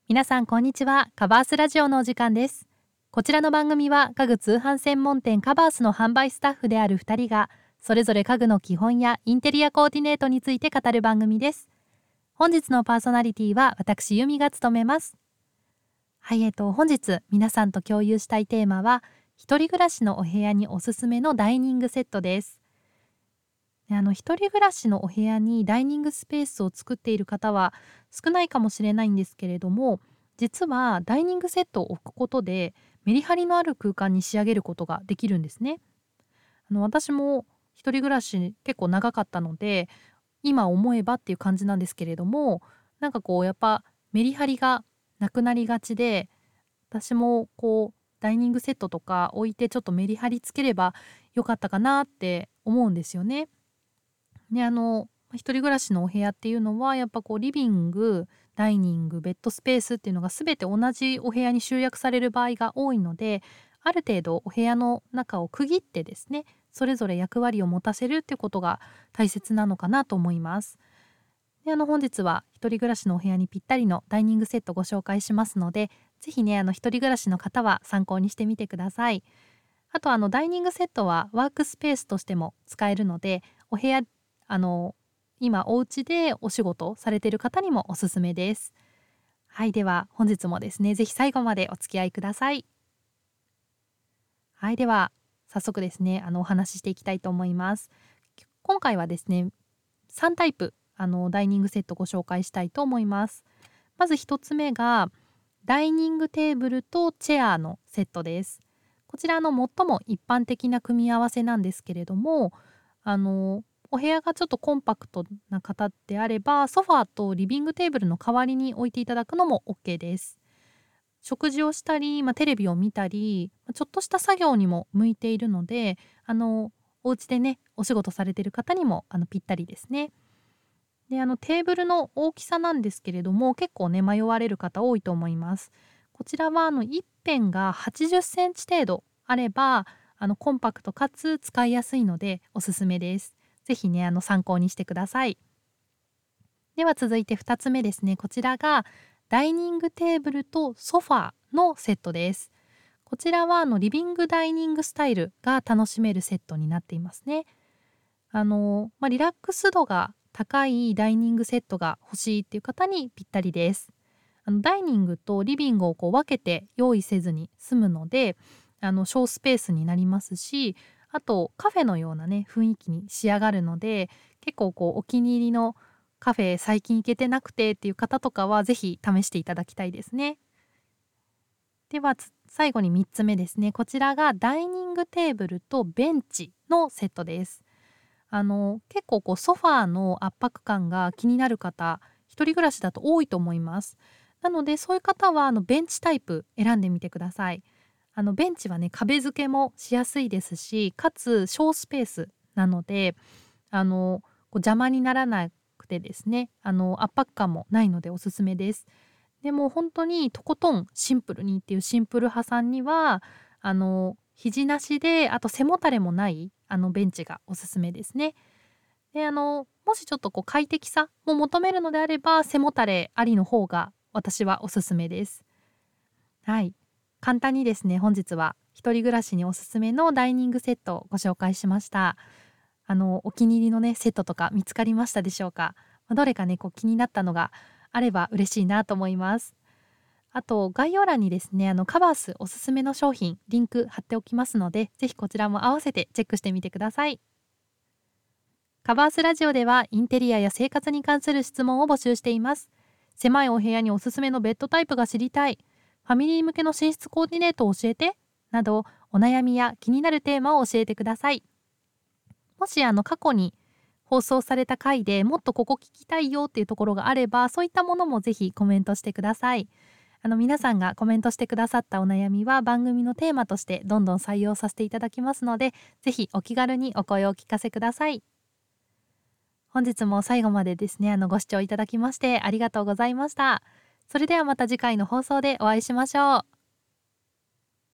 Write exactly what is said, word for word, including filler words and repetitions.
皆さんこんにちは。カバースラジオのお時間です。こちらの番組は家具通販専門店カバースの販売スタッフであるふたりがそれぞれ家具の基本やインテリアコーディネートについて語る番組です。本日のパーソナリティは私由美が務めます。はい、えっと本日皆さんと共有したいテーマは一人暮らしのお部屋におすすめのダイニングセットです。であの一人暮らしのお部屋にダイニングスペースを作っている方は少ないかもしれないんですけれども、実はダイニングセットを置くことでメリハリのある空間に仕上げることができるんですね。あの私も一人暮らし結構長かったので今思えばっていう感じなんですけれども、なんかこうやっぱメリハリがなくなりがちで、私もこうダイニングセットとか置いてちょっとメリハリつければよかったかなって思うんですよね。であの一人暮らしのお部屋っていうのはやっぱこうリビング、ダイニング、ベッドスペースっていうのが全て同じお部屋に集約される場合が多いので、ある程度お部屋の中を区切ってですね、それぞれ役割を持たせるっていうことが大切なのかなと思います。であの本日は一人暮らしのお部屋にぴったりのダイニングセットご紹介しますので、ぜひねあの一人暮らしの方は参考にしてみてください。あとあのダイニングセットはワークスペースとしても使えるので、お部屋あの今お家でお仕事されている方にもおすすめです。はい、では本日もですねぜひ最後までお付き合いください。はい、では早速ですねあのお話ししていきたいと思います。今回はですねさんタイプあのダイニングセットご紹介したいと思います。まずひとつめがダイニングテーブルとチェアのセットです。こちらの最も一般的な組み合わせなんですけれども、あのお部屋がちょっとコンパクトな方であればソファーとリビングテーブルの代わりに置いていただくのも OK です。食事をしたり、まあ、テレビを見たりちょっとした作業にも向いているので、あのお家でねお仕事されている方にもあのぴったりですね。であのテーブルの大きさなんですけれども結構ね迷われる方多いと思います。こちらはあの一辺がはちじゅっセンチ程度あればあのコンパクトかつ使いやすいのでおすすめです。ぜひねあの参考にしてください。では続いてふたつめですね。こちらがダイニングテーブルとソファーのセットです。こちらはあのリビングダイニングスタイルが楽しめるセットになっていますね。あの、まあ、リラックス度が高いダイニングセットが欲しいっていう方にぴったりです。あのダイニングとリビングをこう分けて用意せずに済むので、あの小スペースになりますし、あとカフェのようなね雰囲気に仕上がるので、結構こうお気に入りのカフェ最近行けてなくてっていう方とかはぜひ試していただきたいですね。では最後にみっつめですね。こちらがダイニングテーブルとベンチのセットです。あの結構こうソファーの圧迫感が気になる方、一人暮らしだと多いと思います。なのでそういう方はあのベンチタイプ選んでみてください。あのベンチはね壁付けもしやすいですし、かつ小スペースなのであのこう邪魔にならなくてですね、あの圧迫感もないのでおすすめです。でも本当にとことんシンプルにっていうシンプル派さんにはあの肘なしで、あと背もたれもないあのベンチがおすすめですね。であのもしちょっとこう快適さも求めるのであれば背もたれありの方が私はおすすめです。はい、簡単にですね本日は一人暮らしにおすすめのダイニングセットをご紹介しました。あのお気に入りのねセットとか見つかりましたでしょうか。まあどれかねこう気になったのがあれば嬉しいなと思います。あと概要欄にですねあのカバースおすすめの商品リンク貼っておきますので、ぜひこちらも合わせてチェックしてみてください。カバースラジオではインテリアや生活に関する質問を募集しています。狭いお部屋におすすめのベッドタイプが知りたい、ファミリー向けの寝室コーディネートを教えてなど、お悩みや気になるテーマを教えてください。もしあの過去に放送された回でもっとここ聞きたいよっていうところがあれば、そういったものもぜひコメントしてください。あの皆さんがコメントしてくださったお悩みは番組のテーマとしてどんどん採用させていただきますので、ぜひお気軽にお声をお聞かせください。本日も最後までですねあのご視聴いただきましてありがとうございました。それではまた次回の放送でお会いしましょう。